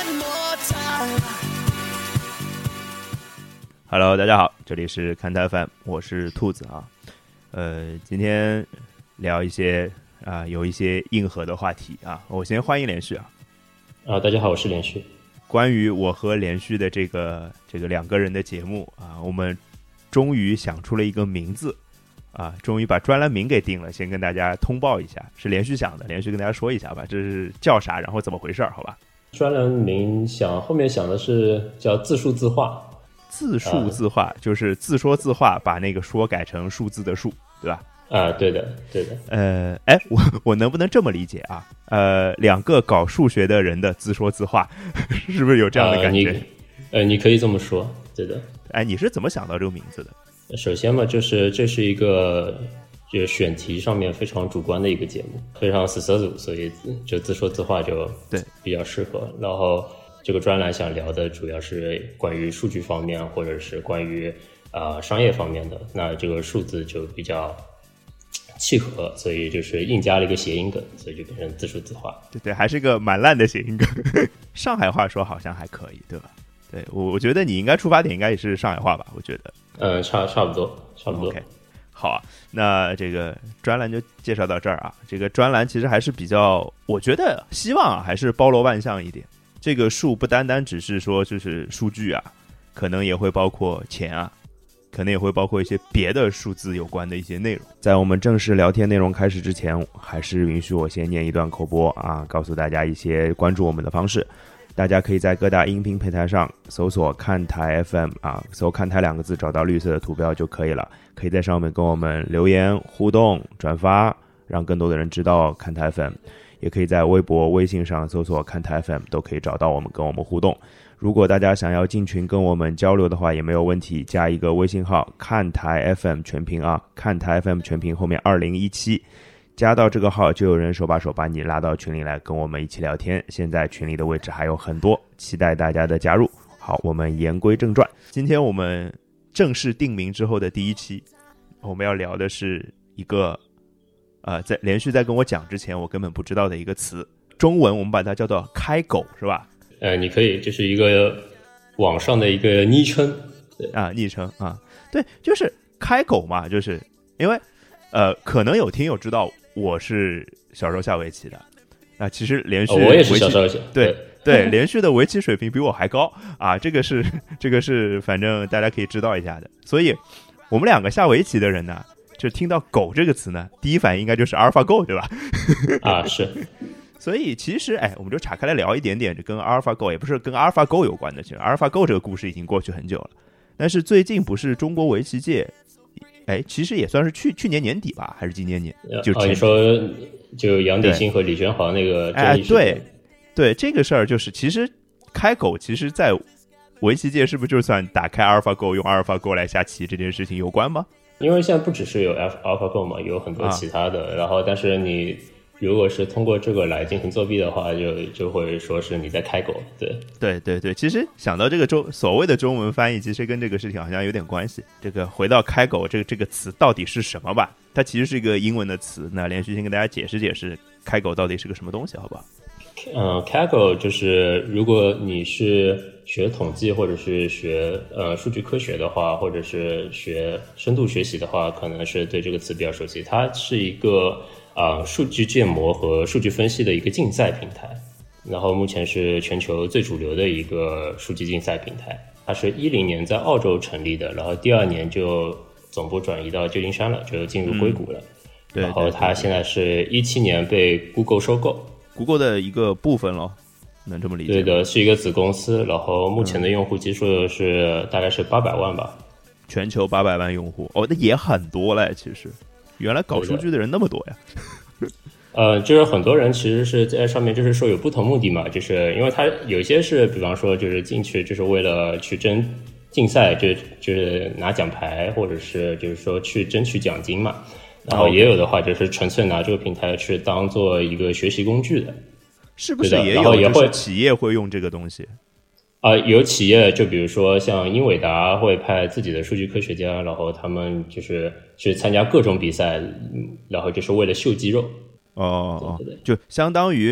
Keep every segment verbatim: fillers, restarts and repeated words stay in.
Hello， 大家好，这里是看台 F M， 我是兔子啊。呃，今天聊一些啊、呃，有一些硬核的话题啊。我先欢迎连续啊。 啊，大家好，我是连续。 关于我和连续的这个这个两个人的节目啊，我们终于想出了一个名字啊，终于把专栏名给定了。先跟大家通报一下，是连续想的，连续跟大家说一下吧，这是叫啥，然后怎么回事，好吧？ 专栏名想后面想的是叫自述自话。 自述自话、啊、就是自说自话，把那个说改成数字的数，对吧？ 啊，对的，对的。 呃，哎，我我能不能这么理解啊？呃，两个搞数学的人的自说自话，是不是有这样的感觉？ 呃，你, 呃你可以这么说，对的。 哎，你是怎么想到这个名字的？ 首先嘛，就是这是一个就选题上面非常主观的一个节目，非常死色组，所以就自说自话就对比较适合。然后这个专栏想聊的主要是关于数据方面，或者是关于呃商业方面的，那这个数字就比较契合，所以就是硬加了一个谐音梗，所以就变成自述自话。 对对，还是个蛮烂的谐音梗。上海话说好像还可以，对吧？对，我我觉得你应该出发点应该也是上海话吧？我觉得， 嗯，差差不多，差不多。 OK， 好啊，那这个专栏就介绍到这儿啊。这个专栏其实还是比较，我觉得希望啊，还是包罗万象一点。这个数不单单只是说就是数据啊，可能也会包括钱啊，可能也会包括一些别的数字有关的一些内容。在我们正式聊天内容开始之前，还是允许我先念一段口播啊，告诉大家一些关注我们的方式。大家可以在各大音频平台上搜索看台 F M 啊，搜看台两个字找到绿色的图标就可以了，可以在上面跟我们留言互动转发，让更多的人知道看台 F M。也可以在微博微信上搜索看台 F M 都可以找到我们跟我们互动。如果大家想要进群跟我们交流的话也没有问题，加一个微信号看台 F M 全屏啊，看台 F M 全屏后面二零一七，加到这个号就有人手把手把你拉到群里来跟我们一起聊天。现在群里的位置还有很多，期待大家的加入。好，我们言归正传，今天我们正式定名之后的第一期，我们要聊的是一个呃，在连续在跟我讲之前我根本不知道的一个词，中文我们把它叫做开狗，是吧？ 呃，你可以，这是一个网上的一个昵称，对啊，昵称啊，对，就是开狗嘛，就是因为呃，可能有听友知道我是小时候下围棋的，那、啊、其实连续、 哦、我也是小时候下， 对对，对连续的围棋水平比我还高啊，这个是这个是反正大家可以知道一下的，所以我们两个下围棋的人呢。就听到狗这个词呢，第一反应应该就是阿尔法狗，对吧？ 啊，是。 所以其实，哎，我们就岔开来聊一点点，跟阿尔法狗也不是跟阿尔法狗有关的。其实阿尔法狗这个故事已经过去很久了，但是最近不是中国围棋界，哎，其实也算是去去年年底吧，还是今年年？就哦，你说就杨鼎新和李轩豪那个争议事件， 哎，对对，这个事儿就是其实开狗，其实在围棋界是不是就算打开阿尔法狗用阿尔法狗来下棋这件事情有关吗？ 因为现在不只是有 AlphaGo 嘛，有很多其他的、啊、然后但是你如果是通过这个来进行作弊的话，就就会说是你在开狗。对对对对，其实想到这个中所谓的中文翻译，其实跟这个事情好像有点关系。这个回到开狗这个这个词到底是什么吧，它其实是一个英文的词，那连续先跟大家解释解释开狗到底是个什么东西好不好？ 嗯，开狗就是如果你是学统计或者是学呃数据科学的话，或者是学深度学习的话，可能是对这个词比较熟悉。它是一个啊、呃、数据建模和数据分析的一个竞赛平台，然后目前是全球最主流的一个数据竞赛平台。它是一零年在澳洲成立的，然后第二年就总部转移到旧金山了，就进入硅谷了。嗯、 对对对对， 然后它现在是一七年被 Google 收购。 Google 的一个部分咯，能这么理解？ 对的，是一个子公司，然后目前的用户基数是、嗯、大概是八百万吧， 全球八百万用户，哦，那也很多嘞。其实，原来搞数据的人那么多呀。 呃，就是很多人其实是在上面，就是说有不同目的嘛，就是因为他有一些是，比方说就是进去就是为了去争竞赛，就就是拿奖牌，或者是就是说去争取奖金嘛。然后也有的话就是纯粹拿这个平台去当做一个学习工具的， 是不是也有就是企业会用这个东西啊、呃？有企业就比如说像英伟达会派自己的数据科学家，然后他们就是去参加各种比赛，然后就是为了秀肌肉。 哦哦，就相当于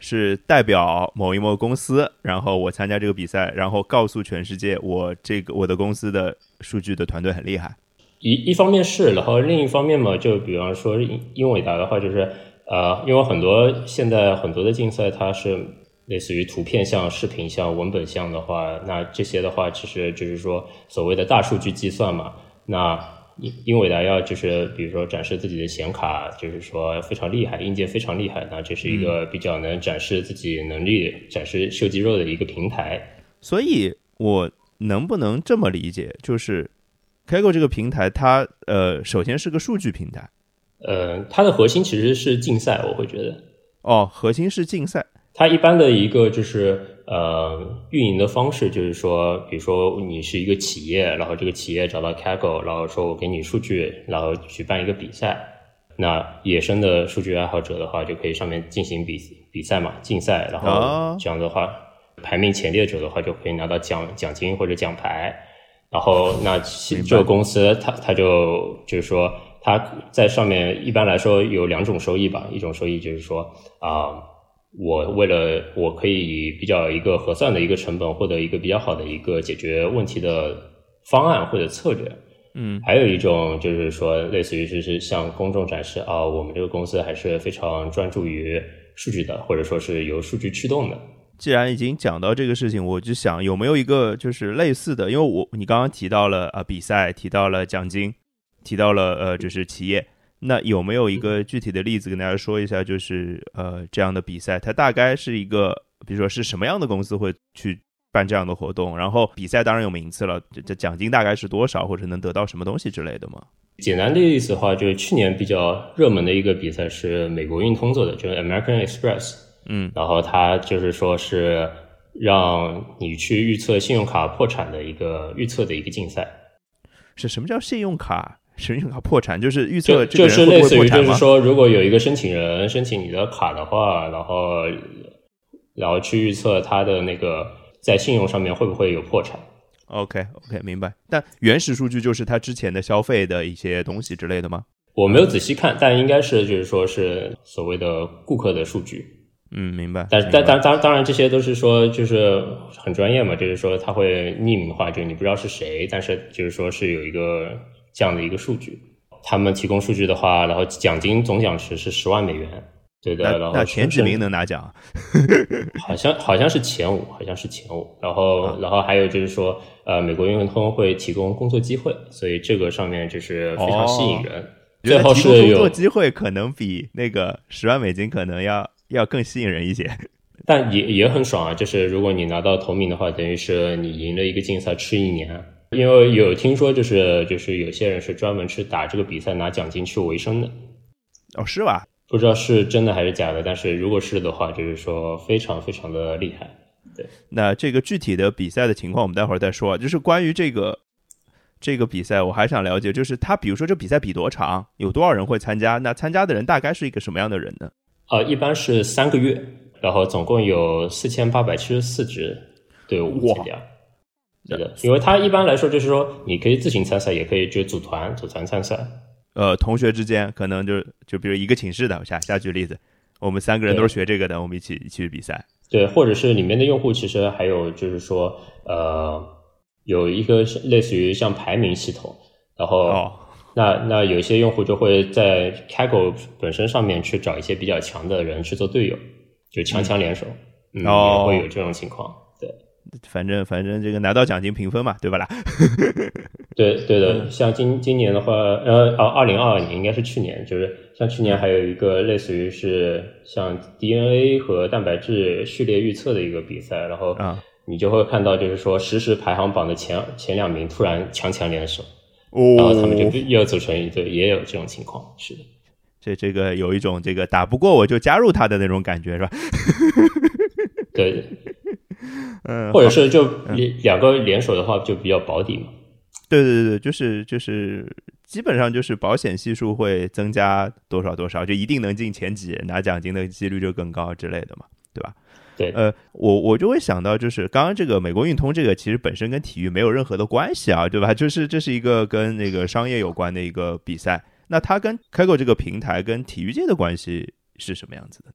是代表某一某公司，然后我参加这个比赛，然后告诉全世界我这个我的公司的数据的团队很厉害。 一一方面是，然后另一方面嘛，就比方说英伟达的话，就是呃，因为很多现在很多的竞赛它是类似于图片项、视频项、文本项的话，那这些的话其实就是说所谓的大数据计算嘛。那英伟达要就是比如说展示自己的显卡，就是说非常厉害，硬件非常厉害，那这是一个比较能展示自己能力、嗯、展示秀肌肉的一个平台。 所以我能不能这么理解，就是 Kaggle 这个平台它呃首先是个数据平台， 呃它的核心其实是竞赛，我会觉得。 哦，核心是竞赛。 它一般的一个就是呃运营的方式，就是说比如说你是一个企业，然后这个企业找到 Kaggle， 然后说我给你数据，然后举办一个比赛，那野生的数据爱好者的话就可以上面进行比比赛嘛，竞赛，然后这样的话、哦、排名前列者的话就可以拿到奖奖金或者奖牌，然后那这个公司它它就就是说它在上面一般来说有两种收益吧，一种收益就是说啊、呃我为了我可以比较一个核算的一个成本获得一个比较好的一个解决问题的方案或者策略。 嗯， 还有一种就是说类似于就是向公众展示啊，我们这个公司还是非常专注于数据的，或者说是由数据驱动的。 既然已经讲到这个事情，我就想有没有一个就是类似的，因为我你刚刚提到了啊比赛，提到了奖金，提到了呃就是企业。那有没有一个具体的例子跟大家说一下，就是呃这样的比赛它大概是一个比如说是什么样的公司会去办这样的活动，然后比赛当然有名次了，这奖金大概是多少，或者能得到什么东西之类的吗？ 简单的意思的话，就是去年比较热门的一个比赛是美国运通做的，就是 American Express。 嗯， 然后它就是说是让你去预测信用卡破产的一个预测的一个竞赛。 是什么叫信用卡？信用卡破产就是预测这个人会不会破产吗？就是类似于就是说，如果有一个申请人申请你的卡的话，然后然后去预测他的那个在信用上面会不会有破产。 OK OK 明白。但原始数据就是他之前的消费的一些东西之类的吗？ 我没有仔细看，但应该是就是说是所谓的顾客的数据。 嗯，明白。 但但当当当然这些都是说就是很专业嘛，就是说它会匿名化，就是你不知道是谁，但是就是说是有一个这样的一个数据。他们提供数据的话，然后奖金总奖池是十万美元。对的，然后那前几名能拿奖？ 好像好像是前五，好像是前五。然后、啊、然后还有就是说，呃，美国运通会提供工作机会，所以这个上面就是非常吸引人。哦、最后是有工作机会，可能比那个十万美金可能要要更吸引人一些。 但也也很爽啊，就是如果你拿到头名的话，等于是你赢了一个竞赛吃一年。因为有听说就是就是有些人是专门去打这个比赛拿奖金去维生的。 哦，是吧？ 不知道是真的还是假的，但是如果是的话，就是说非常非常的厉害。对， 那这个具体的比赛的情况我们待会儿再说啊。就是关于这个这个比赛，我还想了解，就是他比如说这比赛比多长，有多少人会参加？那参加的人大概是一个什么样的人呢？ 呃，一般是三个月，然后总共有四千八百七十四支队伍参加。对的，因为他一般来说就是说，你可以自行参赛，也可以就组团组团参赛。 呃，同学之间可能就就比如一个寝室的，我下下举例子，我们三个人都是学这个的，我们一起一起去比赛。 对，或者是里面的用户其实还有就是说，呃，有一个类似于像排名系统，然后、哦、那那有一些用户就会在 Kaggle 本身上面去找一些比较强的人去做队友，就强强联手，嗯，嗯哦、 也会有这种情况。对， 反正反正这个拿到奖金评分嘛，对吧啦？ 对对的，像今今年的话，呃，啊，二零二二年应该是去年，就是像去年还有一个类似于是像 D N A 和蛋白质序列预测的一个比赛，然后你就会看到就是说实时排行榜的前前两名突然强强联手， 哦， 然后他们就又组成一队，也有这种情况，是的。 这这个有一种这个打不过我就加入他的那种感觉，是吧？ 对， 嗯， 或者是就两个联手的话就比较保底嘛。 对对对，就是就是基本上就是保险系数会增加多少多少，就一定能进前几，拿奖金的几率就更高之类的嘛，对吧？ 对， 呃，我我就会想到，就是刚刚这个美国运通这个其实本身跟体育没有任何的关系啊，对吧？就是这是一个跟那个商业有关的一个比赛，那它跟 Kaggle 这个平台跟体育界的关系是什么样子的？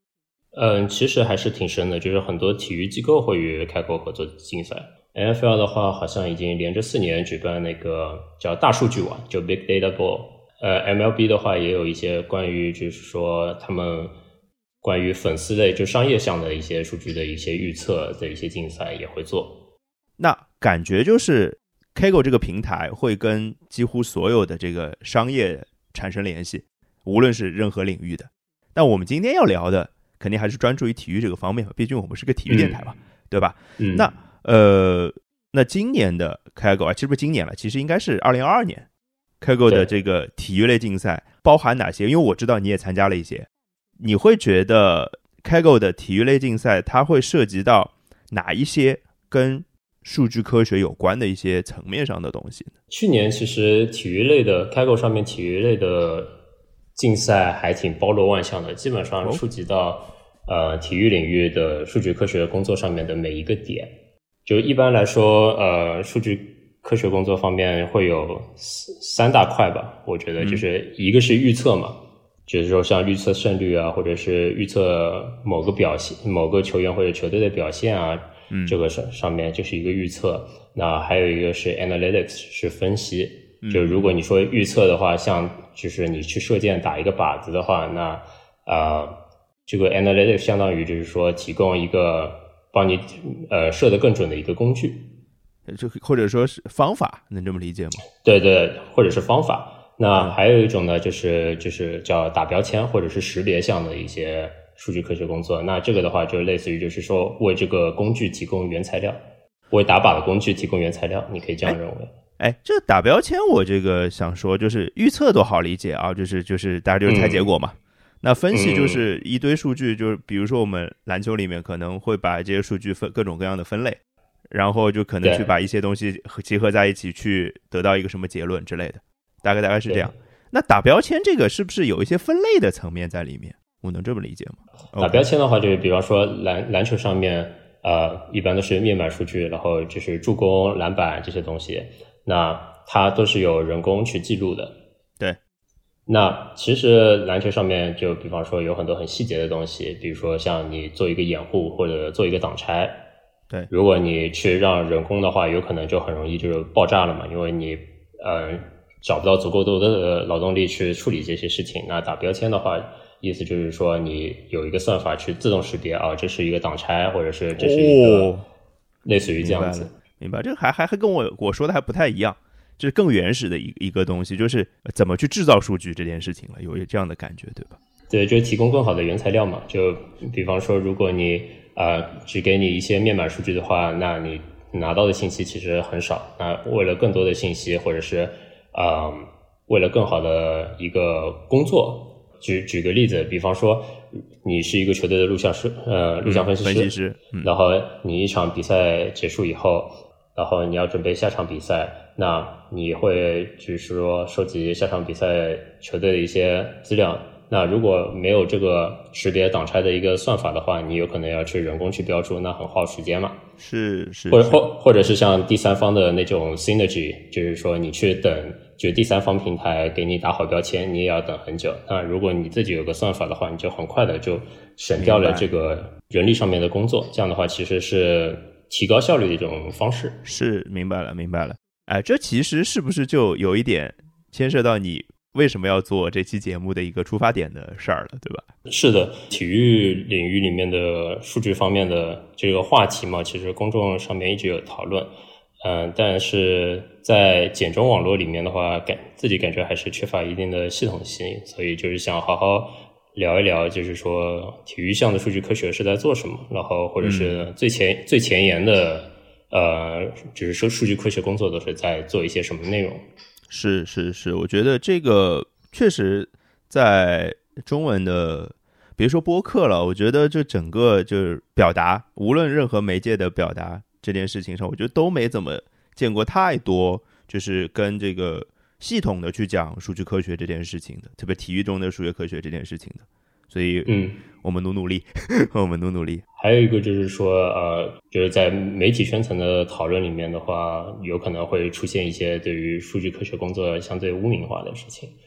嗯，其实还是挺深的，就是很多体育机构会与开狗合作竞赛。N F L 的话，好像已经连着四年举办那个叫大数据网，就 Big Data Bowl。呃 ，M L B 的话也有一些关于就是说他们关于粉丝类就商业项的一些数据的一些预测的一些竞赛也会做。 那感觉就是 Kaggle 这个平台会跟几乎所有的这个商业产生联系，无论是任何领域的。但我们今天要聊的肯定还是专注于体育这个方面，毕竟我们是个体育电台嘛，嗯、对吧？ 嗯。 那呃，那今年的 Kaggle 啊，其实不是今年了，其实应该是二零二二年 Kaggle 的这个体育类竞赛包含哪些？因为我知道你也参加了一些，你会觉得 Kaggle 的体育类竞赛它会涉及到哪一些跟数据科学有关的一些层面上的东西呢？ 去年其实体育类的 Kaggle 上面体育类的竞赛还挺包罗万象的，基本上触及到、哦、呃体育领域的数据科学工作上面的每一个点。就一般来说，呃，数据科学工作方面会有三大块吧，我觉得就是一个是预测嘛，嗯、就是说像预测胜率啊，或者是预测某个表现、某个球员或者球队的表现啊，嗯、这个上上面就是一个预测。那还有一个是 analytics， 是分析。就如果你说预测的话，像就是你去射箭打一个靶子的话，那呃，这个 analytics 相当于就是说提供一个帮你呃射得更准的一个工具， 就或者说是方法，能这么理解吗？ 对对，或者是方法。那还有一种呢，就是就是叫打标签或者是识别项的一些数据科学工作。那这个的话，就类似于就是说为这个工具提供原材料，为打靶的工具提供原材料，你可以这样认为。 哎，这个打标签我这个想说，就是预测都好理解啊，就是就是大家就是猜结果嘛。嗯、那分析就是一堆数据，就是比如说我们篮球里面可能会把这些数据分各种各样的分类，然后就可能去把一些东西集合在一起，去得到一个什么结论之类的，大概大概是这样。那打标签这个是不是有一些分类的层面在里面？我能这么理解吗？ 打标签的话，就是比方说篮篮球上面，呃，一般都是面板数据，然后就是助攻、篮板这些东西。那它都是有人工去记录的。 对。 那其实篮球上面就比方说有很多很细节的东西，比如说像你做一个掩护或者做一个挡拆。 对。 如果你去让人工的话，有可能就很容易就爆炸了嘛，因为你呃找不到足够多的劳动力去处理这些事情。那打标签的话，意思就是说你有一个算法去自动识别啊，这是一个挡拆，或者是这是一个类似于这样子。 哦，明白，这个还还还跟我我说的还不太一样，这是更原始的一一个东西，就是怎么去制造数据这件事情了，有这样的感觉，对吧？ 对，就是提供更好的原材料嘛。就比方说，如果你呃只给你一些面板数据的话，那你拿到的信息其实很少。那为了更多的信息，或者是呃为了更好的一个工作，举举个例子，比方说你是一个球队的录像师，呃，录像分析师， 嗯、分析师嗯、 然后你一场比赛结束以后。然后你要准备下场比赛，那你会就是说收集下场比赛球队的一些资料。那如果没有这个识别挡拆的一个算法的话，你有可能要去人工去标注，那很耗时间嘛。 是是。 或者或或者是像第三方的那种 synergy， 就是说你去等，就是第三方平台给你打好标签，你也要等很久。那如果你自己有个算法的话，你就很快的就省掉了这个人力上面的工作。这样的话其实是提高效率的一种方式。 是，明白了明白了。哎，这其实是不是就有一点牵涉到你为什么要做这期节目的一个出发点的事儿了，对吧？ 是的，体育领域里面的数据方面的这个话题嘛，其实公众上面一直有讨论。嗯、呃，但是在简中网络里面的话，感自己感觉还是缺乏一定的系统性，所以就是想好好聊一聊，就是说体育项的数据科学是在做什么，然后或者是最前、嗯、最前沿的呃，就是说数据科学工作都是在做一些什么内容。 是是是，我觉得这个确实在中文的别说播客了，我觉得就整个就是表达，无论任何媒介的表达这件事情上，我觉得都没怎么见过太多就是跟这个系统的去讲数据科学这件事情的，特别体育中的数学科学这件事情的。所以嗯，我们努努力我们努努力。 还有一个就是说呃，就是在媒体圈层的讨论里面的话，有可能会出现一些对于数据科学工作相对污名化的事情。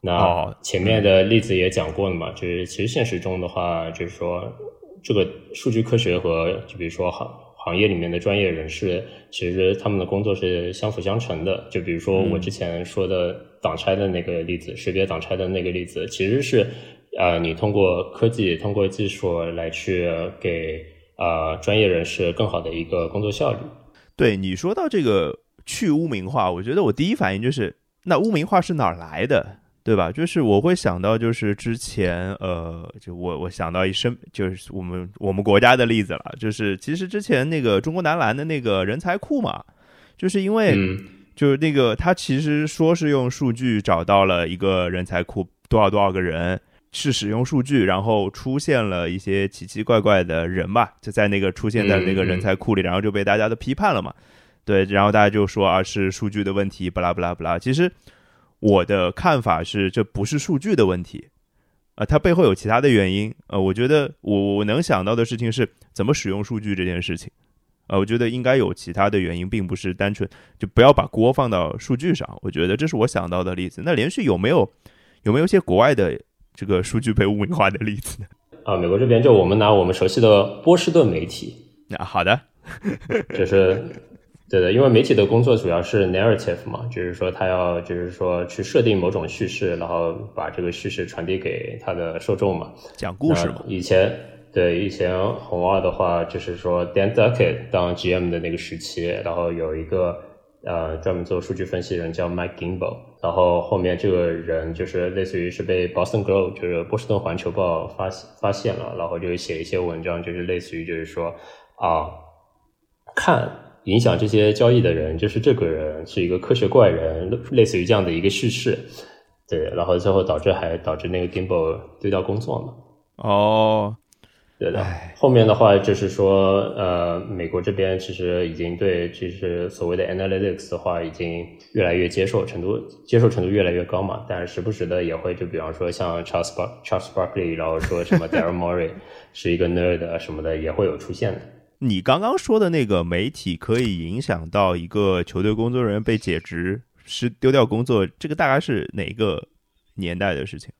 那前面的例子也讲过了嘛，就是其实现实中的话，就是说这个数据科学和就比如说行行业里面的专业人士，其实他们的工作是相辅相成的。就比如说我之前说的挡拆的那个例子，识别挡拆的那个例子，其实是呃你通过科技、通过技术来去给呃专业人士更好的一个工作效率。 对，你说到这个去污名化，我觉得我第一反应就是那污名化是哪儿来的，对吧？就是我会想到就是之前呃就我我想到一生就是我们我们国家的例子了，就是其实之前那个中国男篮的那个人才库嘛，就是因为就是那个他其实说是用数据找到了一个人才库多少多少个人是使用数据，然后出现了一些奇奇怪怪的人吧，就在那个出现在那个人才库里，然后就被大家都批判了嘛。对，然后大家就说啊是数据的问题，不啦不啦不啦。其实我的看法是，这不是数据的问题，呃，它背后有其他的原因。呃，我觉得我我能想到的事情是怎么使用数据这件事情。呃，我觉得应该有其他的原因，并不是单纯就不要把锅放到数据上。我觉得这是我想到的例子。那连续有没有有没有一些国外的这个数据被污名化的例子呢？ 啊，美国这边就我们拿我们熟悉的波士顿媒体。 啊，好的， 就是对的，因为媒体的工作主要是 narrative 嘛，就是说他要就是说去设定某种叙事，然后把这个叙事传递给他的受众嘛， 讲故事嘛。 以前对以前红二的话，就是说 Dan Duckett 当 G M 的那个时期，然后有一个呃专门做数据分析人叫 Mike Gimbel， 然后后面这个人就是类似于是被 Boston Globe 就是波士顿环球报发发现了，然后就写一些文章，就是类似于就是说啊看影响这些交易的人就是这个人是一个科学怪人，类似于这样的一个叙事。对，然后最后导致还导致那个 Gimbel 丢掉工作嘛。 哦， 对的。后面的话就是说呃美国这边其实已经对就是所谓的 analytics 的话已经越来越接受程度接受程度越来越高嘛，但是时不时的也会就比方说像 Charles Bar- Charles Barkley 然后说什么 Daryl Morey 是一个 nerd 什么的也会有出现的。 你刚刚说的那个媒体可以影响到一个球队工作人员被解职，是丢掉工作，这个大概是哪个年代的事情？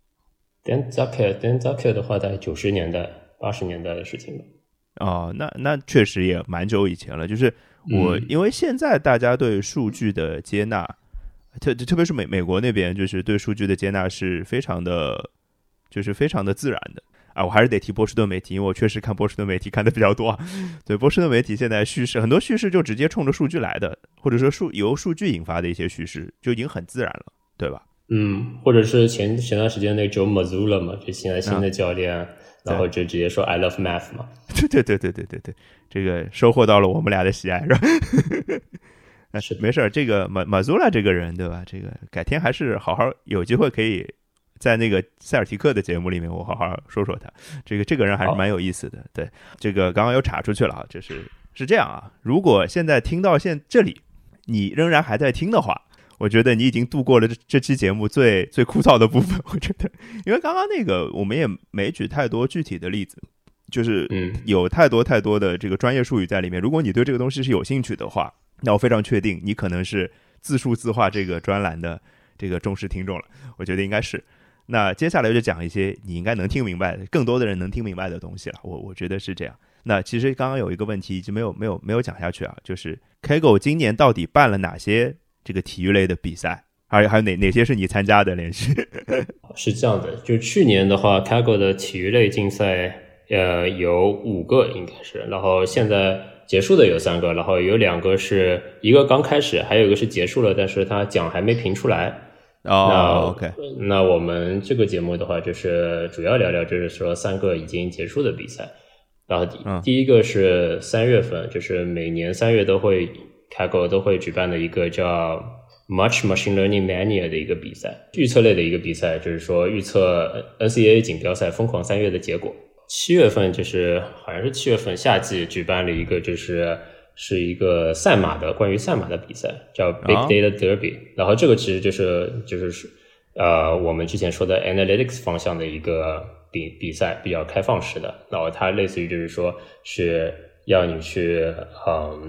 Dan Duckett Dan Duckett 的话，在九十年代、八十年代的事情吧。 哦，那那确实也蛮久以前了。就是我、嗯、因为现在大家对数据的接纳，特特别是美美国那边，就是对数据的接纳是非常的，就是非常的自然的。啊，我还是得提波士顿媒体，因为我确实看波士顿媒体看的比较多。对，波士顿媒体现在叙事很多叙事就直接冲着数据来的，或者说数由数据引发的一些叙事就已经很自然了，对吧？ 嗯，或者是前前段时间那个 Joe Mazzulla 嘛，就现在新的教练、啊，然后就直接说 I love math 嘛。 对对对对对对对，这个收获到了我们俩的喜爱，是吧？那是没事，这个马马祖拉这个人，对吧？这个改天还是好好有机会可以。在那个塞尔提克的节目里面，我好好说说他。这个这个人还是蛮有意思的。对，这个刚刚又查出去了啊，就是是这样啊。如果现在听到现这里，你仍然还在听的话，我觉得你已经度过了这这期节目最最枯燥的部分。我觉得，因为刚刚那个我们也没举太多具体的例子，就是有太多太多的这个专业术语在里面。如果你对这个东西是有兴趣的话，那我非常确定你可能是自述自话这个专栏的这个忠实听众了。我觉得应该是。那接下来就讲一些你应该能听明白的，更多的人能听明白的东西了。我我觉得是这样。那其实刚刚有一个问题一直没有没有没有讲下去啊，就是 Kaggle 今年到底办了哪些这个体育类的比赛？还有还有哪哪些是你参加的？连续是这样的，就去年的话 ，Kaggle 的体育类竞赛呃有五个应该是，然后现在结束的有三个，然后有两个是一个刚开始，还有一个是结束了，但是它奖还没评出来。 哦、 那 OK， 那我们这个节目的话，就是主要聊聊，就是说三个已经结束的比赛。然后第、嗯、第一个是三月份，就是每年三月都会 Kaggle 都会举办的一个叫 Much Machine Learning Mania 的一个比赛，预测类的一个比赛，就是说预测 N C A A 锦标赛疯狂三月的结果。七月份就是好像是七月份夏季举办了一个就是是一个赛马的关于赛马的比赛，叫 Big Data Derby、哦、然后这个其实就是就是呃我们之前说的 Analytics 方向的一个比比赛，比较开放式的，然后它类似于就是说是要你去嗯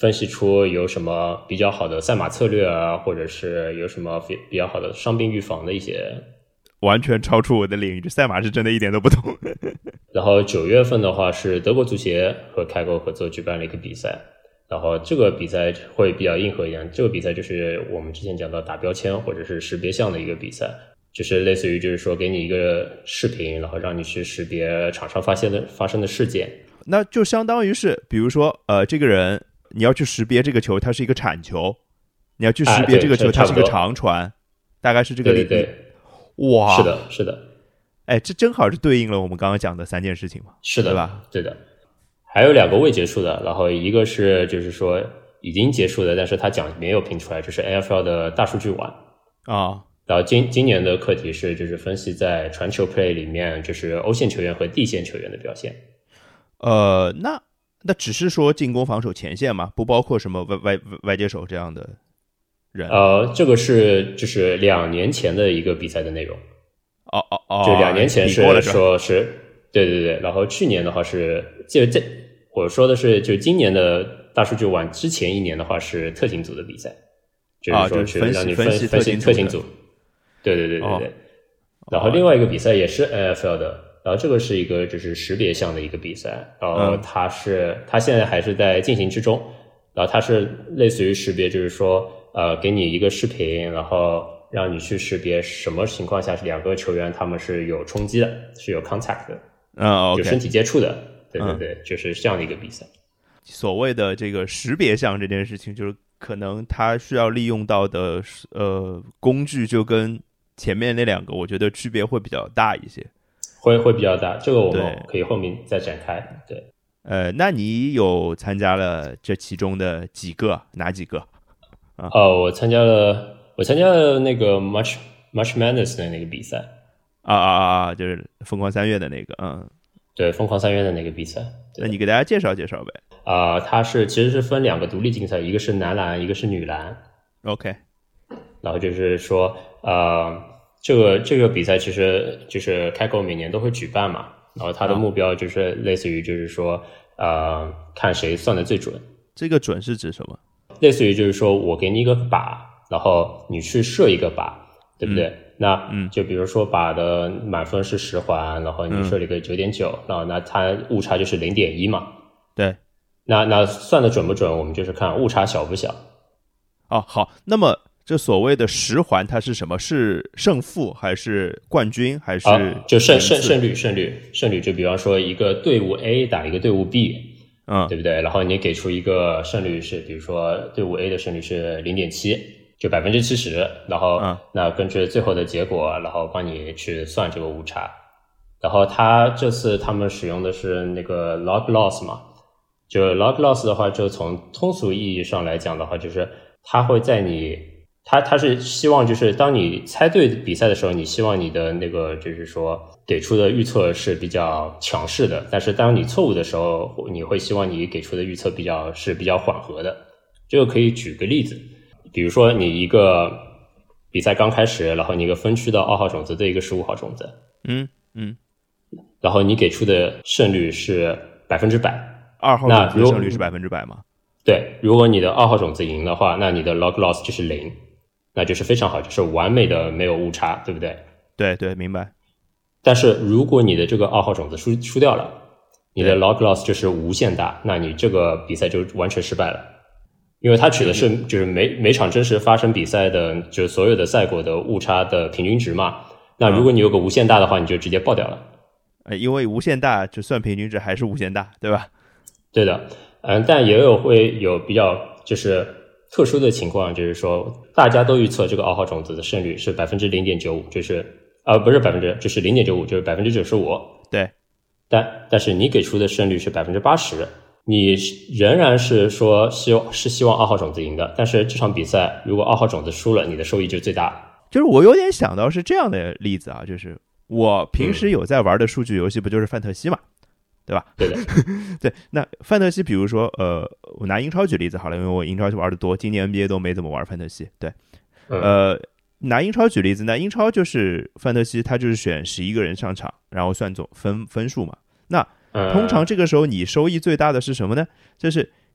分析出有什么比较好的赛马策略啊，或者是有什么比较好的伤病预防的一些。 完全超出我的领域，这赛马是真的一点都不懂。 然后九月份的话是德国足协和开购合作举办了一个比赛，然后这个比赛会比较硬核一点，这个比赛就是我们之前讲到打标签或者是识别项的一个比赛。就是类似于就是说给你一个视频，然后让你去识别场上发现的发生的事件。 那就相当于是比如说呃，这个人你要去识别这个球它是一个铲球，你要去识别这个球它是一个长传、哎、大概是这个理对对对， 哇， 是的是的， 哎，这正好是对应了我们刚刚讲的三件事情嘛。 是的， 对吧？ 对的。还有两个未结束的，然后一个是就是说已经结束的，但是他奖没有评出来，就是 A F L 的大数据碗啊。 然后今今年的课题是就是分析在传球 play 里面就是欧线球员和地线球员的表现。 呃，那那只是说进攻防守前线嘛，不包括什么外外外接手这样的人。 呃，这个是就是两年前的一个比赛的内容。 哦哦哦， 就两年前是说是，对对对，然后去年的话是就这我说的是就今年的大数据碗之前一年的话是特勤组的比赛，就是说去让你分析分析特勤组。对对对对对、哦，然后另外一个比赛也是 N F L 的，然后这个是一个就是识别项的一个比赛，然后它是、嗯、它现在还是在进行之中，然后它是类似于识别，就是说呃给你一个视频，然后让你去识别什么情况下是两个球员他们是有冲击的，是有 contact 的， 嗯， 有身体接触的，对对对、嗯，就是这样的一个比赛。 所谓的这个识别项这件事情，就是可能它需要利用到的呃工具就跟前面那两个我觉得区别会比较大一些， 会会比较大，这个我们可以后面再展开。对， 呃，那你有参加了这其中的几个？哪几个？ 啊、哦，我参加了，我参加了那个 March March Madness 的那个比赛。 啊啊啊啊！就是疯狂三月的那个，嗯， 对，疯狂三月的那个比赛。 那你给大家介绍介绍呗。 啊、呃，它是其实是分两个独立竞赛，一个是男篮，一个是女篮。 OK。 然后就是说，呃，这个这个比赛其实就是开购每年都会举办嘛，然后它的目标就是类似于就是说，呃，看谁算的最准。 这个准是指什么？ 类似于就是说我给你一个靶，然后你去射一个靶，对不对？嗯、那嗯，就比如说靶的满分是十环，然后你射了一个九点九，然后那它误差就是零点一嘛。 对。 那那算的准不准？我们就是看误差小不小。 哦，好，那么。这所谓的十环它是什么？是胜负还是冠军还是、 啊、就胜胜胜率胜率胜率就比方说一个队伍 A 打一个队伍 B， 嗯，对不对？然后你给出一个胜率是，比如说队伍 A 的胜率是 零点七， 就 百分之七十， 然后、嗯、那根据最后的结果然后帮你去算这个误差。然后他这次他们使用的是那个 log loss 嘛，就 log loss 的话，就从通俗意义上来讲的话，就是它会在你他他是希望就是当你猜对比赛的时候，你希望你的那个就是说给出的预测是比较强势的，但是当你错误的时候，你会希望你给出的预测比较是比较缓和的。这个可以举个例子，比如说你一个比赛刚开始，然后你一个分区的二号种子对一个十五号种子， 嗯嗯， 然后你给出的胜率是百分之百， 二号种子的胜率是百分之百吗？ 对，如果你的二号种子赢的话，那你的 log loss 就是零。那就是非常好，就是完美的没有误差，对不对？ 对对，明白。 但是如果你的这个二号种子输输掉了，你的 log loss 就是无限大，那你这个比赛就完全失败了，因为它取的是就是每每场真实发生比赛的，就是所有的赛果的误差的平均值嘛。那如果你有个无限大的话，你就直接爆掉了。 呃，因为无限大就算平均值还是无限大，对吧？ 对的，嗯，但也有会有比较就是特殊的情况，就是说大家都预测这个二号种子的胜率是百分之零点九五，就是呃不是百分之，就是零点九五，就是百分之九十五。 对， 但但是你给出的胜率是百分之八十，你仍然是说希望是希望二号种子赢的，但是这场比赛如果二号种子输了，你的收益就最大。 就是我有点想到是这样的例子啊，就是我平时有在玩的数据游戏不就是范特西嘛？嗯，对吧？ 对的， 对。那范特西，比如说，呃，我拿英超举例子好了，因为我英超玩的多，今年 N B A 都没怎么玩范特西。对，呃，拿英超举例子，那英超就是范特西，它就是选十一个人上场，然后算总分分数嘛。那通常这个时候你收益最大的是什么呢？就是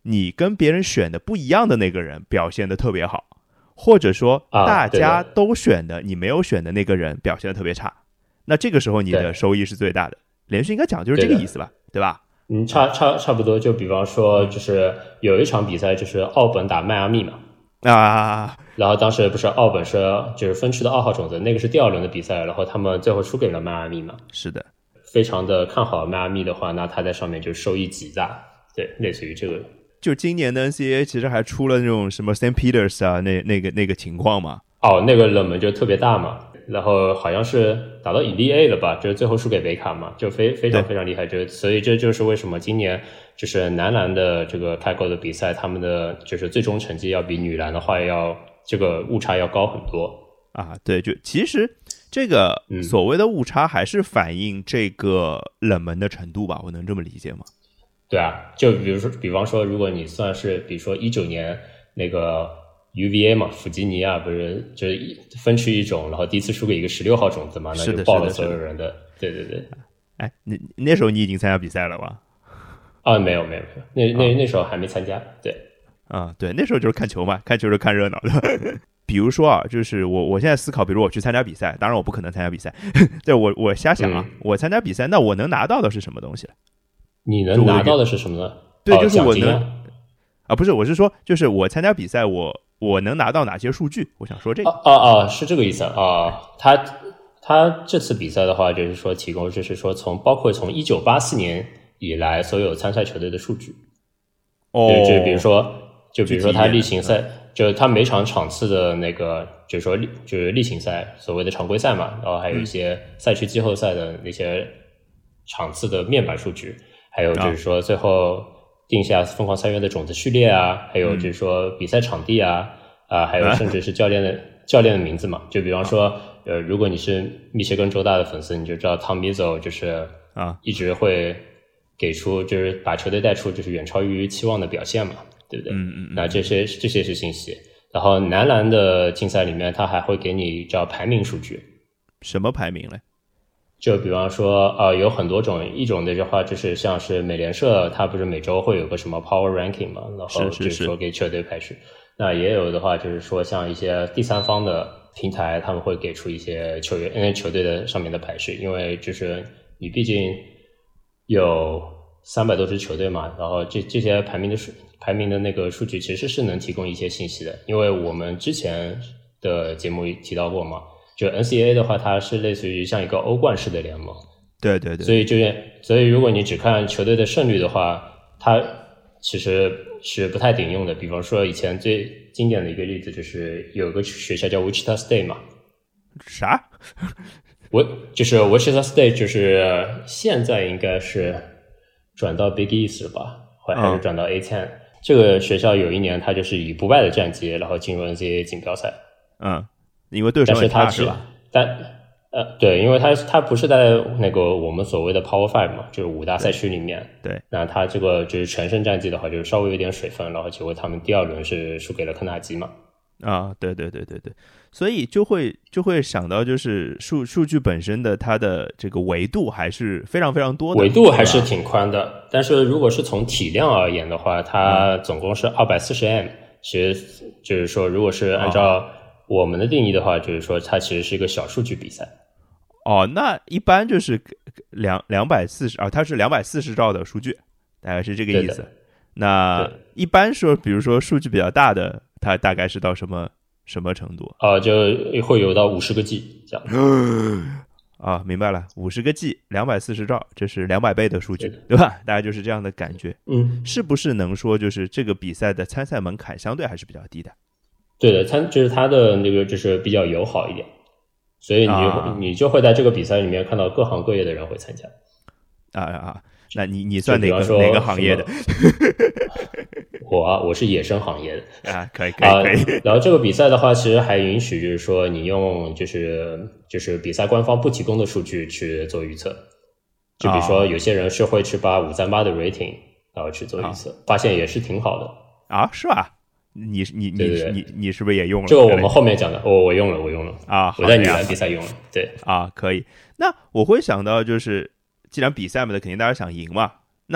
你跟别人选的不一样的那个人表现的特别好，或者说大家都选的、啊、你没有选的那个人表现的特别差，那这个时候你的收益是最大的。连续应该讲就是这个意思吧， 对, 对吧？ 嗯，差差差不多。就比方说，就是有一场比赛，就是奥本打迈阿密嘛， 啊， 然后当时不是奥本是就是分区的二号种子，那个是第二轮的比赛，然后他们最后输给了迈阿密嘛。 是的， 非常的看好迈阿密的话，那他在上面就收益极大，对，类似于这个。 就今年的 N C A A 其实还出了那种什么 Saint Peters 啊，那那个那个情况嘛。 哦，那个冷门就特别大嘛。然后好像是打到 Elite A 了吧，就是最后输给北卡嘛，就非非常非常厉害。就所以这就是为什么今年就是男篮的这个开购的比赛，他们的就是最终成绩要比女篮的话要这个误差要高很多啊。对，就其实这个所谓的误差还是反映这个冷门的程度吧，我能这么理解吗？ 对啊，就比如说，比方说，如果你算是比如说一九年那个。U V A 嘛，弗吉尼亚不是就是分区一种，然后第一次输给一个十六号种子嘛，那就爆了所有人的。对对对。 哎，那那时候你已经参加比赛了吧？ 啊，没有没有没有，那那那时候还没参加。对。 啊，对，那时候就是看球嘛，看球是看热闹的。比如说啊，就是我我现在思考，比如我去参加比赛，当然我不可能参加比赛，对我我瞎想啊、嗯，我参加比赛，那我能拿到的是什么东西？ 你能拿到的是什么呢？ 对，就是我能、 哦、 啊，不是，我是说，就是我参加比赛，我。我能拿到哪些数据？我想说这个。 哦哦、啊，是这个意思啊。他他这次比赛的话，就是说提供，就是说从包括从一九八四年以来所有参赛球队的数据。 哦， 就就比如说，就比如说他例行赛，就他每场场次的那个，就是说就是例行赛所谓的常规赛嘛，然后还有一些赛区季后赛的那些场次的面板数据，还有就是说最后。定下疯狂三元的种子序列啊，还有就是说比赛场地啊，啊，还有甚至是教练的、啊、教练的名字嘛。就比方说，呃，如果你是密歇根州大的粉丝，你就知道 Tom Izzo 就是啊，一直会给出就是把球队带出就是远超于期望的表现嘛，对不对？ 嗯嗯。 那这些这些是信息。然后男篮的竞赛里面，他还会给你叫排名数据。 什么排名嘞？ 就比方说，呃，有很多种，一种的话就是像是美联社，它不是每周会有个什么 Power Ranking 嘛，然后就是说给球队排序。那也有的话就是说，像一些第三方的平台，他们会给出一些球员、因为球队的上面的排序，因为就是你毕竟有三百多支球队嘛，然后这这些排名的数排名的那个数据其实是能提供一些信息的，因为我们之前的节目提到过嘛。就 N C A A 的话，它是类似于像一个欧冠式的联盟， 对对对， 所以就是所以如果你只看球队的胜率的话，它其实是不太顶用的。比方说以前最经典的一个例子就是有个学校叫 Wichita State 嘛， 啥？ 我就是 Wichita State， 就是现在应该是转到 Big East 了吧，还是转到 A 十、嗯、这个学校有一年它就是以不败的战绩，然后进入 N C A A 锦标赛。 嗯。因为对手很差是吧？ 但呃，对，因为他他不是在那个我们所谓的 Power Five 嘛，就是五大赛区里面。 对，对那他这个就是全胜战绩的话，就是稍微有点水分，然后结果他们第二轮是输给了肯塔基嘛。 啊，对对对对对，所以就会就会想到，就是数数据本身的它的这个维度还是非常非常多的， 维度还是挺宽的。但是如果是从体量而言的话，它总共是二百四十 M， 其实就是说，如果是按照我们的定义的话，就是说它其实是一个小数据比赛。 哦，那一般就是两两百四十啊，它是两百四十兆的数据，大概是这个意思。那一般说，比如说数据比较大的，它大概是到什么什么程度？ 啊、呃，就会有到五十个 G 这样。 啊，明白了，五十个 G， 两百四十兆，这是两百倍的数据， 对, 对吧？大概就是这样的感觉。 嗯， 是不是能说就是这个比赛的参赛门槛相对还是比较低的？ 对的，参就是它的那个就是比较友好一点，所以你就、 啊、 你就会在这个比赛里面看到各行各业的人会参加。 啊啊，那你你算哪个哪个行业的？ 我啊，我是野生行业的啊，可以可以可以、 呃。然后这个比赛的话，其实还允许就是说你用就是就是比赛官方不提供的数据去做预测，就比如说有些人是会去把五三八的 rating 然后去做预测、啊，发现也是挺好的啊，是吧？你你你对对对你你是不是也用了？ 这个我们后面讲的，我我用了我用了啊， 我在女篮比赛用了，对啊，可以。那我会想到就是，既然比赛嘛，肯定大家想赢嘛。那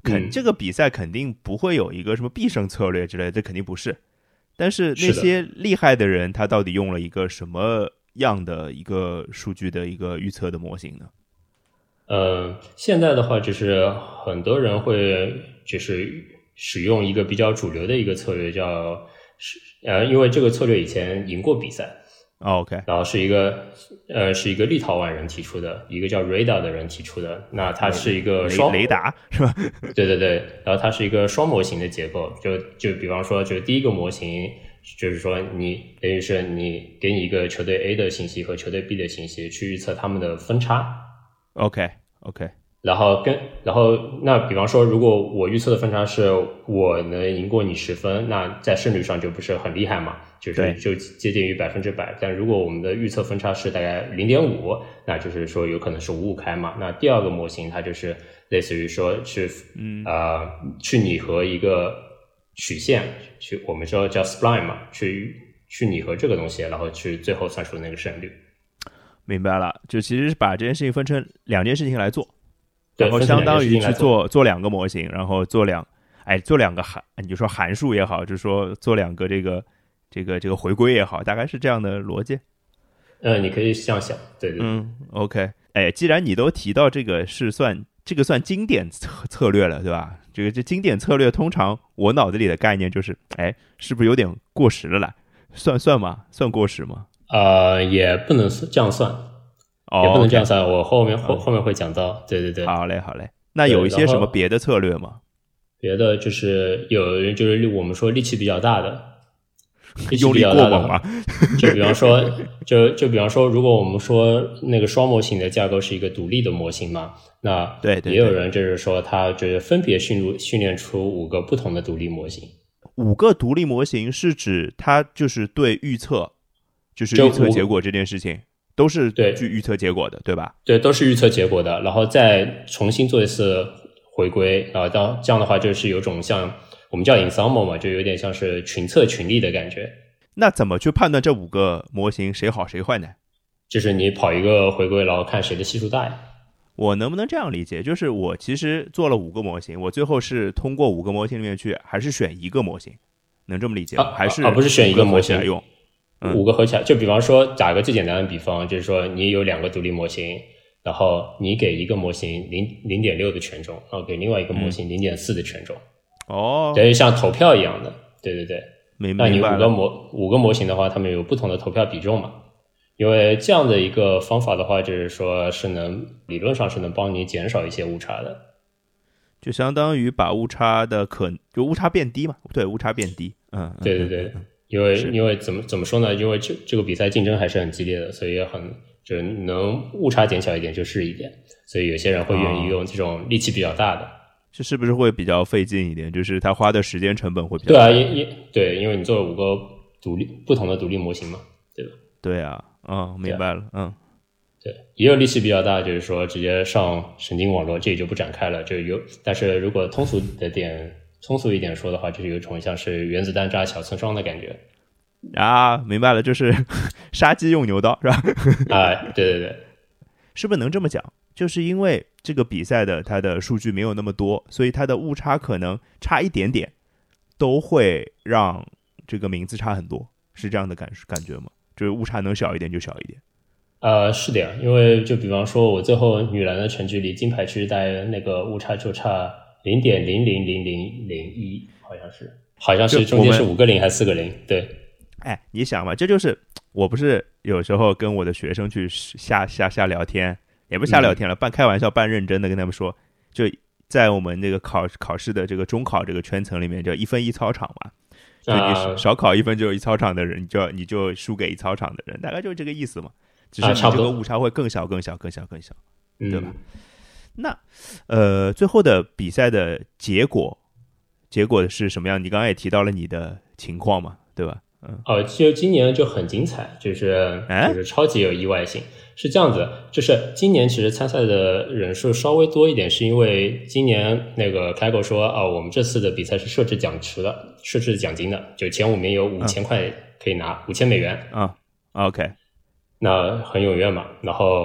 肯、嗯、这个比赛肯定不会有一个什么必胜策略之类的，这肯定不是。但是那些厉害的人，他到底用了一个什么样的一个数据的一个预测的模型呢？ 呃，现在的话，就是很多人会就是使用一个比较主流的一个策略叫，呃，因为这个策略以前赢过比赛。 Oh, OK， 然后是一个呃是一个立陶宛人提出的，一个叫 Radar 的人提出的。那它是一个双雷达是吧？ 对对对，然后它是一个双模型的结构。就就比方说，就第一个模型就是说你等于是你给你一个球队 A 的信息和球队 B 的信息去预测他们的分差。 OK OK。 然后跟然后那比方说，如果我预测的分差是我能赢过你十分，那在胜率上就不是很厉害嘛，就是就接近于百分之百。但如果我们的预测分差是大概零点五，那就是说有可能是五五开嘛。那第二个模型它就是类似于说去嗯呃去拟合一个曲线，去我们说叫 spline 嘛，去去拟合这个东西，然后去最后算出那个胜率。 明白了，就其实是把这件事情分成两件事情来做。然后相当于去做做两个模型，然后做两哎做两个函，你就说函数也好，就是说做两个这个这个这个回归也好，大概是这样的逻辑。 呃，你可以这样想，对对。 嗯 ，OK， 哎，既然你都提到这个是算这个算经典策策略了，对吧？这个这经典策略通常我脑子里的概念就是，哎，是不是有点过时了啦？算算吗？算过时吗？ 呃，也不能这样算。也不能这样算， oh, 我后面后后面会讲到，对对对。 好嘞，好嘞。那有一些什么别的策略吗？ 别的就是有人就是我们说力气比较大的， 用力过猛吗？ 就比方说，就就比方说，如果我们说那个双模型的架构是一个独立的模型嘛，那对对， 也有人就是说，他就是分别训练训练出五个不同的独立模型。 五个独立模型是指它就是对预测，就是预测结果这件事情。都是据预测结果的， 对, 对吧？ 对，都是预测结果的，然后再重新做一次回归，然后到这样的话，就是有种像我们叫 ensemble 嘛，就有点像是群策群力的感觉。 那怎么去判断这五个模型谁好谁坏呢？ 就是你跑一个回归，然后看谁的系数大呀。 我能不能这样理解？就是我其实做了五个模型，我最后是通过五个模型里面去，还是选一个模型？能这么理解吗？ 啊、 还是啊，不是选一个模型来用？ 五个合起来，就比方说打个最简单的比方，就是说你有两个独立模型，然后你给一个模型零零点六的权重，然后给另外一个模型零点四的权重。 哦， 等于像投票一样的，对对对。 明白。 那你五个模五个模型的话，它们有不同的投票比重嘛？因为这样的一个方法的话，就是说是能理论上是能帮你减少一些误差的， 就相当于把误差的可就误差变低嘛？对，误差变低。嗯， 对对对。嗯因为因为怎么怎么说呢？因为这这个比赛竞争还是很激烈的，所以很就能误差减小一点就是一点，所以有些人会愿意用这种力气比较大的。 这是不是会比较费劲一点？就是他花的时间成本会比较大。 对啊，也也对，因为你做了五个独立不同的独立模型嘛，对吧？ 对啊，嗯，明白了，啊、嗯， 对，也有力气比较大，就是说直接上神经网络，这也就不展开了。就有，但是如果通俗的点。通俗一点说的话，就是有一种像是原子弹炸小村庄的感觉啊，明白了，就是杀鸡用牛刀，是吧？ 啊，对对对， 是不是能这么讲？就是因为这个比赛的它的数据没有那么多，所以它的误差可能差一点点，都会让这个名字差很多，是这样的感感觉吗？就是误差能小一点就小一点。 呃，是的呀，因为就比方说我最后女篮的成绩离金牌区大概那个误差就差。零点零零零零零一，好像是，好像是中间是五个零还是四个零？对。 哎，你想嘛，这就是我不是有时候跟我的学生去瞎瞎瞎聊天，也不是瞎聊天了，嗯、半开玩笑半认真的跟他们说，就在我们这个考考试的这个中考这个圈层里面，叫一分一操场嘛，就你少考一分就有一操场的人，你就你就输给一操场的人，大概就是这个意思嘛。只是你这个误差会更小、更小、更小、更小，对吧？嗯那，呃，最后的比赛的结果，结果是什么样？你刚刚也提到了你的情况嘛，对吧？嗯， 哦，就今年就很精彩，就是就是超级有意外性。是这样子，就是今年其实参赛的人数稍微多一点，是因为今年那个开狗说啊、哦，我们这次的比赛是设置奖池的，设置奖金的，就前五名有五千块可以拿，五千美元啊。OK， 那很踊跃嘛，然后。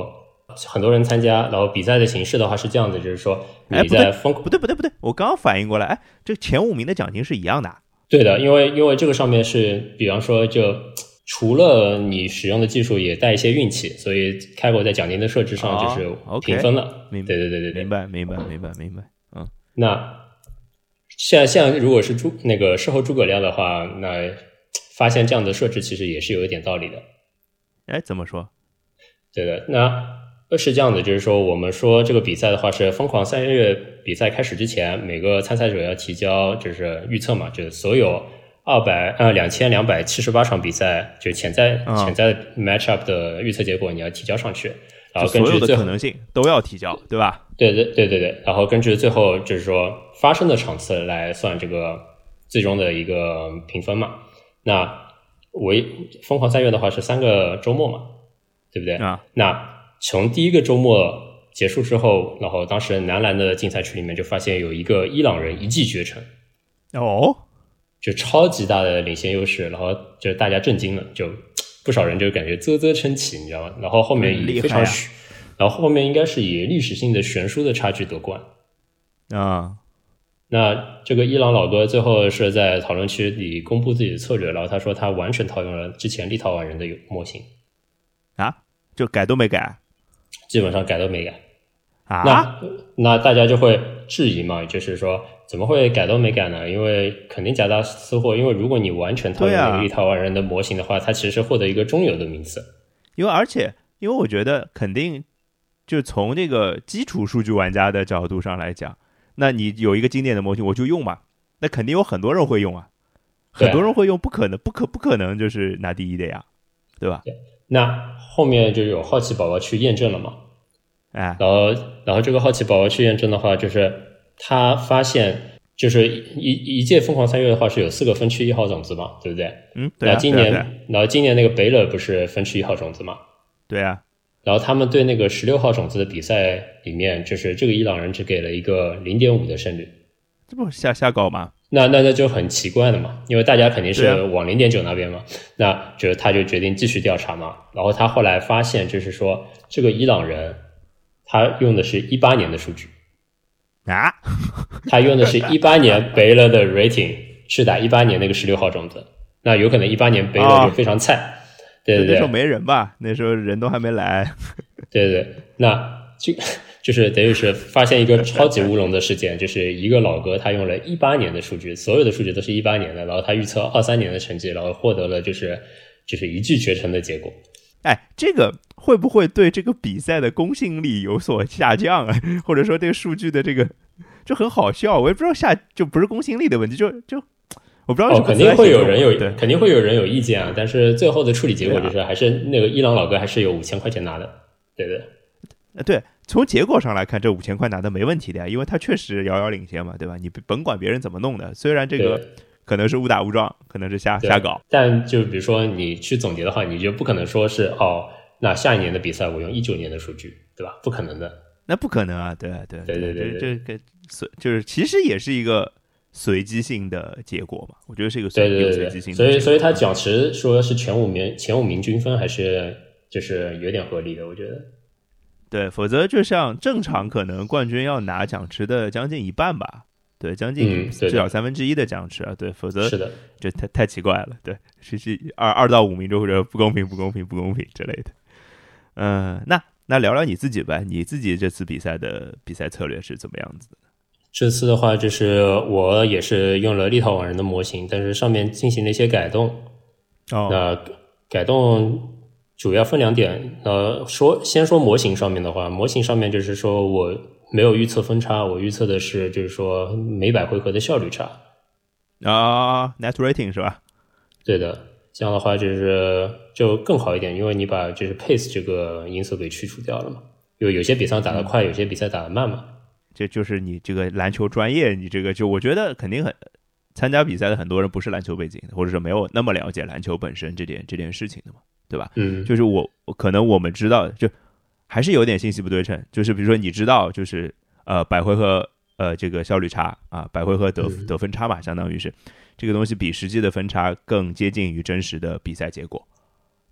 很多人参加，然后比赛的形式的话是这样子，就是说哎， 你在疯不对不对不对，我刚刚反应过来，哎，这前五名的奖金是一样的。 对的，因为因为这个上面是，比方说就除了你使用的技术，也带一些运气，所以开国在奖金的设置上就是平分了。 哦 okay， 对对对对对， 明白明白明白明白。嗯， 那像像如果是诸那个事后诸葛亮的话，那发现这样的设置其实也是有一点道理的。 哎，怎么说？ 对的，那是这样的，就是说我们说这个比赛的话是疯狂三月比赛开始之前，每个参赛者要提交就是预测嘛，就是所有二百呃两千两百七十八场比赛，就潜在、嗯、潜在 match up 的预测结果你要提交上去，然后根据所有的可能性都要提交，对吧？ 对对对对对，然后根据最后就是说发生的场次来算这个最终的一个评分嘛。那为疯狂三月的话是三个周末嘛，对不对？ 啊， 那从第一个周末结束之后，然后当时男篮的竞赛区里面就发现有一个伊朗人一骑绝尘， 哦， 就超级大的领先优势，然后就大家震惊了，就不少人就感觉啧啧称奇，你知道吗？然后后面以非常、啊、然后后面应该是以历史性的悬殊的差距得冠啊。 那这个伊朗老哥最后是在讨论区里公布自己的策略，然后他说他完全套用了之前立陶宛人的模型啊，就改都没改， 基本上改都没改啊。 那那大家就会质疑嘛，就是说怎么会改都没改呢？因为肯定假大私货，因为如果你完全套用那个立陶宛人的模型的话，他、啊、其实获得一个中游的名次。 因为而且因为我觉得肯定就从这个基础数据玩家的角度上来讲，那你有一个经典的模型我就用嘛，那肯定有很多人会用啊，很多人会用，不可能不可不可能就是拿第一的呀，对吧？ 对，那后面就有好奇宝宝去验证了嘛， 哎， 然后然后这个好奇宝宝去验证的话，就是他发现就是一一届疯狂三月的话是有四个分区一号种子嘛，对不对？ 嗯，对啊。 那今年， 对啊对啊然后今年那个北勒不是分区一号种子嘛？ 对啊。 然后他们对那个十六号种子的比赛里面，就是这个伊朗人只给了一个 零点五 的胜率， 这不瞎瞎搞吗？ 那那那就很奇怪了嘛，因为大家肯定是往 零点九 那边嘛，那就他就决定继续调查嘛。然后他后来发现，就是说这个伊朗人他用的是一八年的数据啊， 他用的是一八年北勒的 rating 去打一八年那个十六号种子，那有可能一八年北勒就非常菜。哦，对对对， 那时候没人吧？那时候人都还没来。 对对对，那就就是等于是发现一个超级乌龙的事件，就是一个老哥他用了一八年的数据，所有的数据都是一八年的，然后他预测二三年的成绩，然后获得了就是就是一骑绝尘的结果。 哎，这个会不会对这个比赛的公信力有所下降啊？或者说这个数据的这个就很好笑，我也不知道下就不是公信力的问题，就就。我不知道是、 哦、肯定会有人有肯定会有人有意见啊，但是最后的处理结果就是还是那个伊朗老哥还是有五千块钱拿的，对不对？ 对，从结果上来看，这五千块拿的没问题的呀，因为他确实遥遥领先嘛，对吧？你甭管别人怎么弄的，虽然这个可能是误打误撞，可能是瞎瞎搞， 但就比如说你去总结的话，你就不可能说是哦，那下一年的比赛我用一九年的数据，对吧？不可能的， 那不可能啊，对对对对对对， 这个就是其实也是一个。随机性的结果嘛，我觉得是一个随对对对随机性的结果。 所以所以他讲池说是前五名前五名均分还是就是有点合理的，我觉得。 对，否则就像正常可能冠军要拿奖池的将近一半吧，对，将近至少三分之一的奖池啊，对，否则是的， 就太太奇怪了，对，是是二二到五名就或者不公平不公平不公平之类的。嗯、呃，那那聊聊你自己吧，你自己这次比赛的比赛策略是怎么样子的？ 这次的话，就是我也是用了立陶宛人的模型，但是上面进行了一些改动。 哦， 那改动主要分两点。呃，说先说模型上面的话，模型上面就是说我没有预测分差，我预测的是就是说每百回合的效率差。 啊 ，net rating 是吧？ 对的，这样的话就是就更好一点，因为你把就是 pace 这个因素给去除掉了嘛。有有些比赛打得快，有些比赛打得慢嘛。 这就是你这个篮球专业，你这个就我觉得肯定很参加比赛的很多人不是篮球背景的，或者是没有那么了解篮球本身这点这件事情的嘛，对吧？ 嗯， 就是我可能我们知道，就还是有点信息不对称，就是比如说你知道，就是呃百回合呃这个效率差啊，百回合得得分差嘛，相当于是这个东西比实际的分差更接近于真实的比赛结果。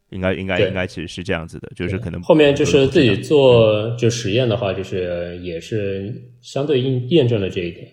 应该应该应该其实是这样子的，就是可能后面就是自己做就实验的话，就是也是相对验验证了这一点。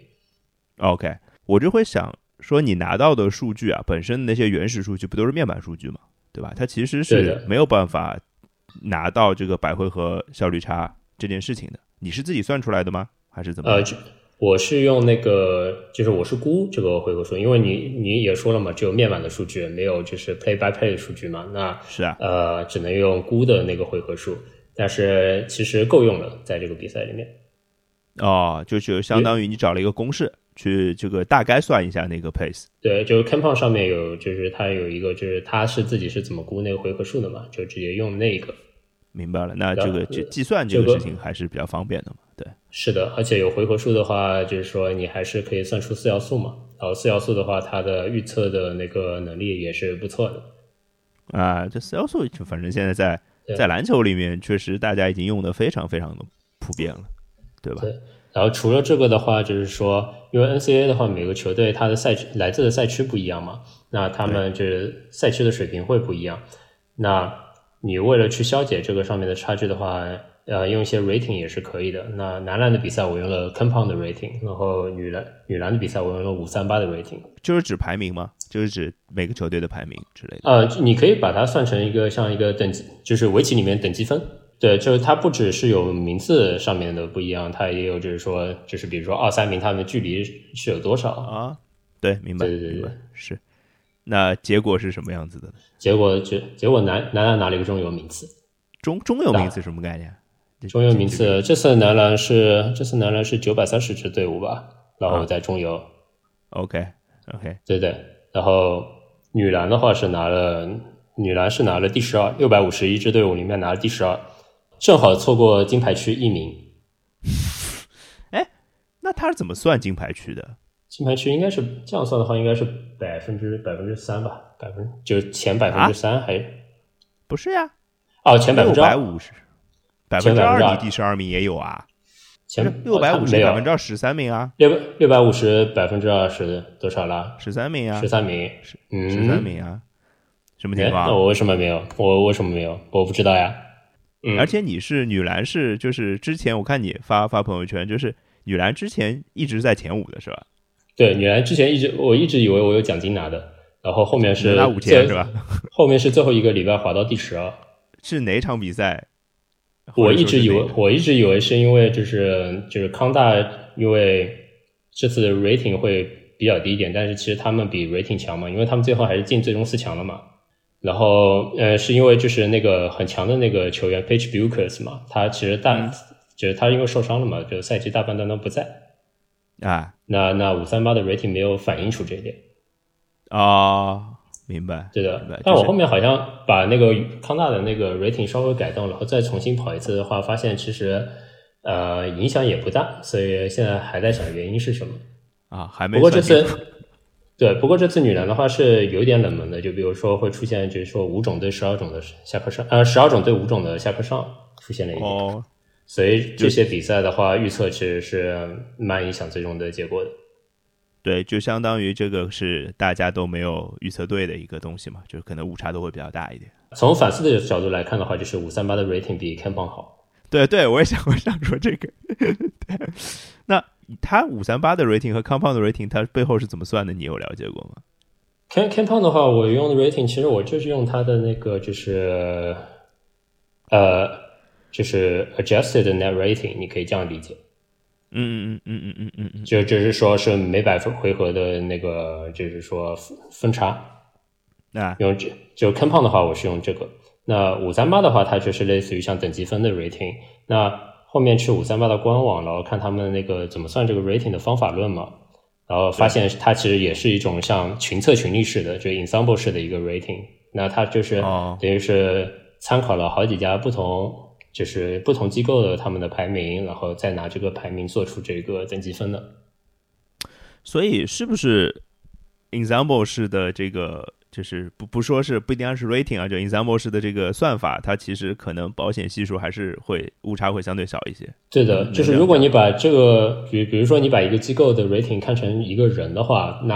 OK， 我就会想说，你拿到的数据啊，本身那些原始数据不都是面板数据嘛，对吧？它其实是没有办法拿到这个百回合效率差这件事情的。你是自己算出来的吗？还是怎么样？ 呃，我是用那个，就是我是估这个回合数，因为你你也说了嘛，只有面板的数据，没有就是 play by play 的数据嘛，那是啊， 呃，只能用估的那个回合数，但是其实够用了，在这个比赛里面。 哦，就就相当于你找了一个公式去这个大概算一下那个 pace。 对，就是 Kanban 上面有，就是它有一个，就是它是自己是怎么估那个回合数的嘛，就直接用那个。 明白了，那这个就计算这个事情还是比较方便的嘛，对。 是的，而且有回合数的话，就是说你还是可以算出四要素嘛。然后四要素的话，它的预测的那个能力也是不错的。 啊，这四要素就反正现在在在篮球里面，确实大家已经用的非常非常的普遍了，对吧？ 对。然后除了这个的话，就是说，因为 N C A A 的话，每个球队它的赛区来自的赛区不一样嘛，那他们就是赛区的水平会不一样。那你为了去消解这个上面的差距的话，呃，用一些 rating 也是可以的。那男篮的比赛我用了 Kanban 的 rating， 然后女篮女篮的比赛我用了五三八的 rating。 就是指排名吗？就是指每个球队的排名之类的？ 呃，你可以把它算成一个像一个等级，就是围棋里面等级分。对，就是它不只是有名次上面的不一样，它也有就是说，就是比如说二三名他们的距离是有多少啊？对，明白， 对对对对， 是。那结果是什么样子的呢？ 结果结结果男男篮拿了一个中游名次。 中中游名次什么概念？ 中游名次，这次男篮是这次男篮是九百三十支队伍吧，然后在中游。 啊、OK OK， 对对，然后女篮的话是拿了女篮是拿了第十二，六百五十一支队伍里面拿了第十二，正好错过金牌区一名。 哎，那他是怎么算金牌区的？ 金牌区应该是这样算的话，应该是百分之百分之三吧，百分就是前百分之三还、啊、 不是呀？ 哦，前百分之二，百分之二，你第十二名也有啊？ 前六百五十百分之二十三名啊？ 六百六百五十百分之二十多少啦？ 十三名啊？ 十三名， 嗯，十三名啊？什么情况？ 那我为什么没有？我为什么没有？我不知道呀。嗯， 而且你是女篮是就是之前我看你发发朋友圈，就是女篮之前一直在前五的是吧？ 对，女篮之前一直我一直以为我有奖金拿的，然后后面是拿五千是吧？ 后面是最后一个礼拜滑到第十二。 是哪场比赛？ 我一直以为我一直以为是因为就是就是康大，因为这次的 rating 会比较低一点，但是其实他们比 rating 强嘛，因为他们最后还是进最终四强了嘛。然后呃，是因为就是那个很强的那个球员 Paige Bueckers 嘛，他其实大、嗯、就是他因为受伤了嘛，就赛季大半段都不在啊。 那那五三八的 rating 没有反映出这一点啊。哦，明白， 对的。但我后面好像把那个康大的那个 rating 稍微改动了，然后再重新跑一次的话，发现其实呃影响也不大，所以现在还在想原因是什么啊？还没。 不过这次对，不过这次女篮的话是有点冷门的，就比如说会出现就是说五种对十二种的下课上，呃，十二种对五种的下课上出现了一点， 哦， 所以这些比赛的话，预测其实是蛮影响最终的结果的。 对，就相当于这个是大家都没有预测对的一个东西嘛，就可能误差都会比较大一点。 从反思的角度来看的话，就是五三八的 rating 比 Kanban 好。 对对，我也想我想说这个。那它五三八的 rating 和 Kanban 的 rating 它背后是怎么算的？你有了解过吗？ Kanban 的话，我用的 rating 其实我就是用它的那个就是呃就是 adjusted net rating， 你可以这样理解。 嗯嗯嗯嗯嗯嗯嗯， 就就是说是每百回合的那个就是说分差。 啊， 用这就 Kanban 的话，我是用这个。那五三八的话，它就是类似于像等级分的 rating。那后面去五三八的官网，然后看他们那个怎么算这个 rating 的方法论嘛，然后发现它其实也是一种像群策群力式的，就 ensemble 式的一个 rating。那它就是等于是参考了好几家不同，就是不同机构的他们的排名，然后再拿这个排名做出这个等级分的。 所以是不是 ensemble 式的这个？就是不不说是不一定是 rating 啊，就 ensemble 式的这个算法，它其实可能保险系数还是会误差会相对小一些。 对的，就是如果你把这个，比比如说你把一个机构的 rating 看成一个人的话，那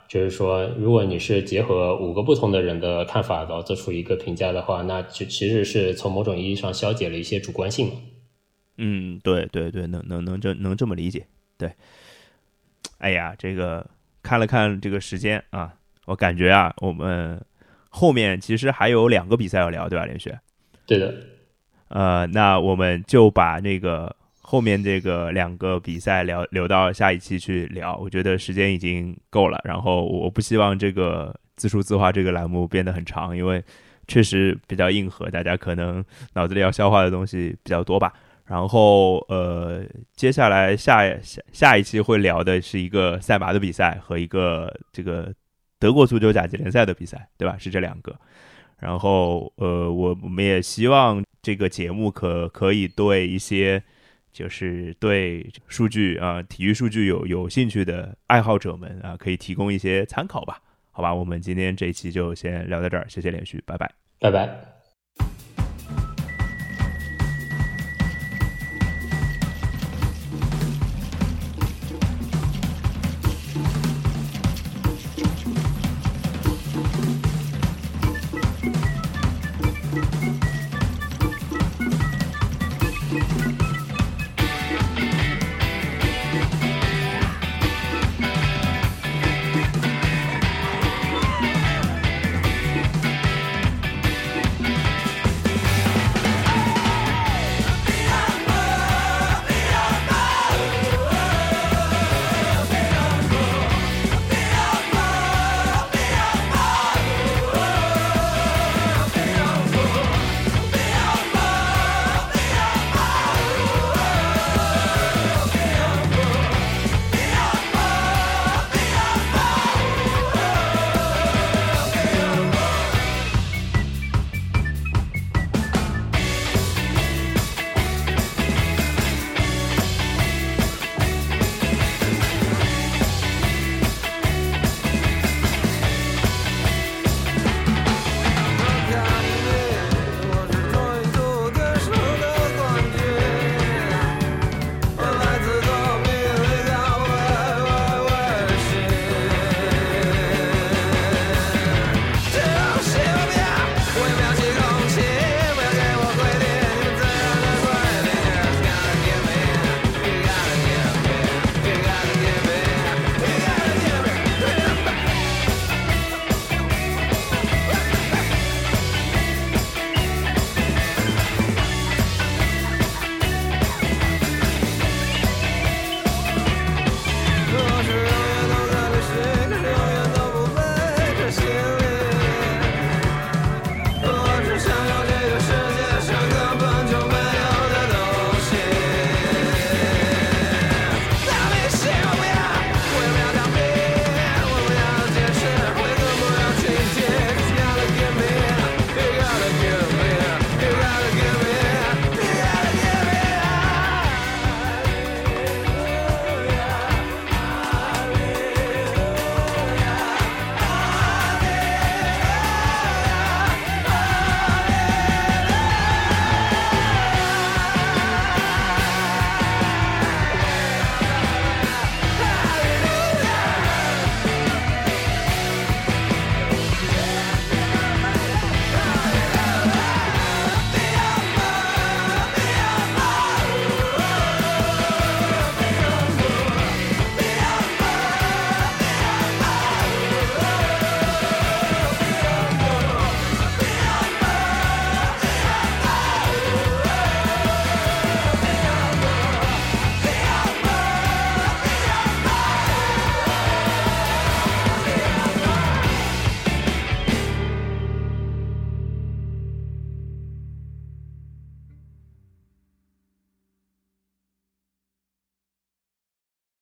就是说，如果你是结合五个不同的人的看法，然后做出一个评价的话，那就其实是从某种意义上消解了一些主观性嘛。 嗯，对对对，能能能这能这么理解。对，哎呀，这个看了看这个时间啊，我感觉啊，我们后面其实还有两个比赛要聊，对吧，连续？ 对的。 呃，那我们就把那个后面这个两个比赛聊留到下一期去聊，我觉得时间已经够了。然后我不希望这个自说自话这个栏目变得很长，因为确实比较硬核，大家可能脑子里要消化的东西比较多吧。然后呃，接下来下下下一期会聊的是一个赛马的比赛和一个这个德国足球甲级联赛的比赛，对吧？是这两个。然后呃，我我们也希望这个节目可可以对一些就是对数据啊、呃、体育数据有有兴趣的爱好者们啊，可以提供一些参考吧。好吧，我们今天这一期就先聊到这儿，谢谢连续，拜拜， 拜拜。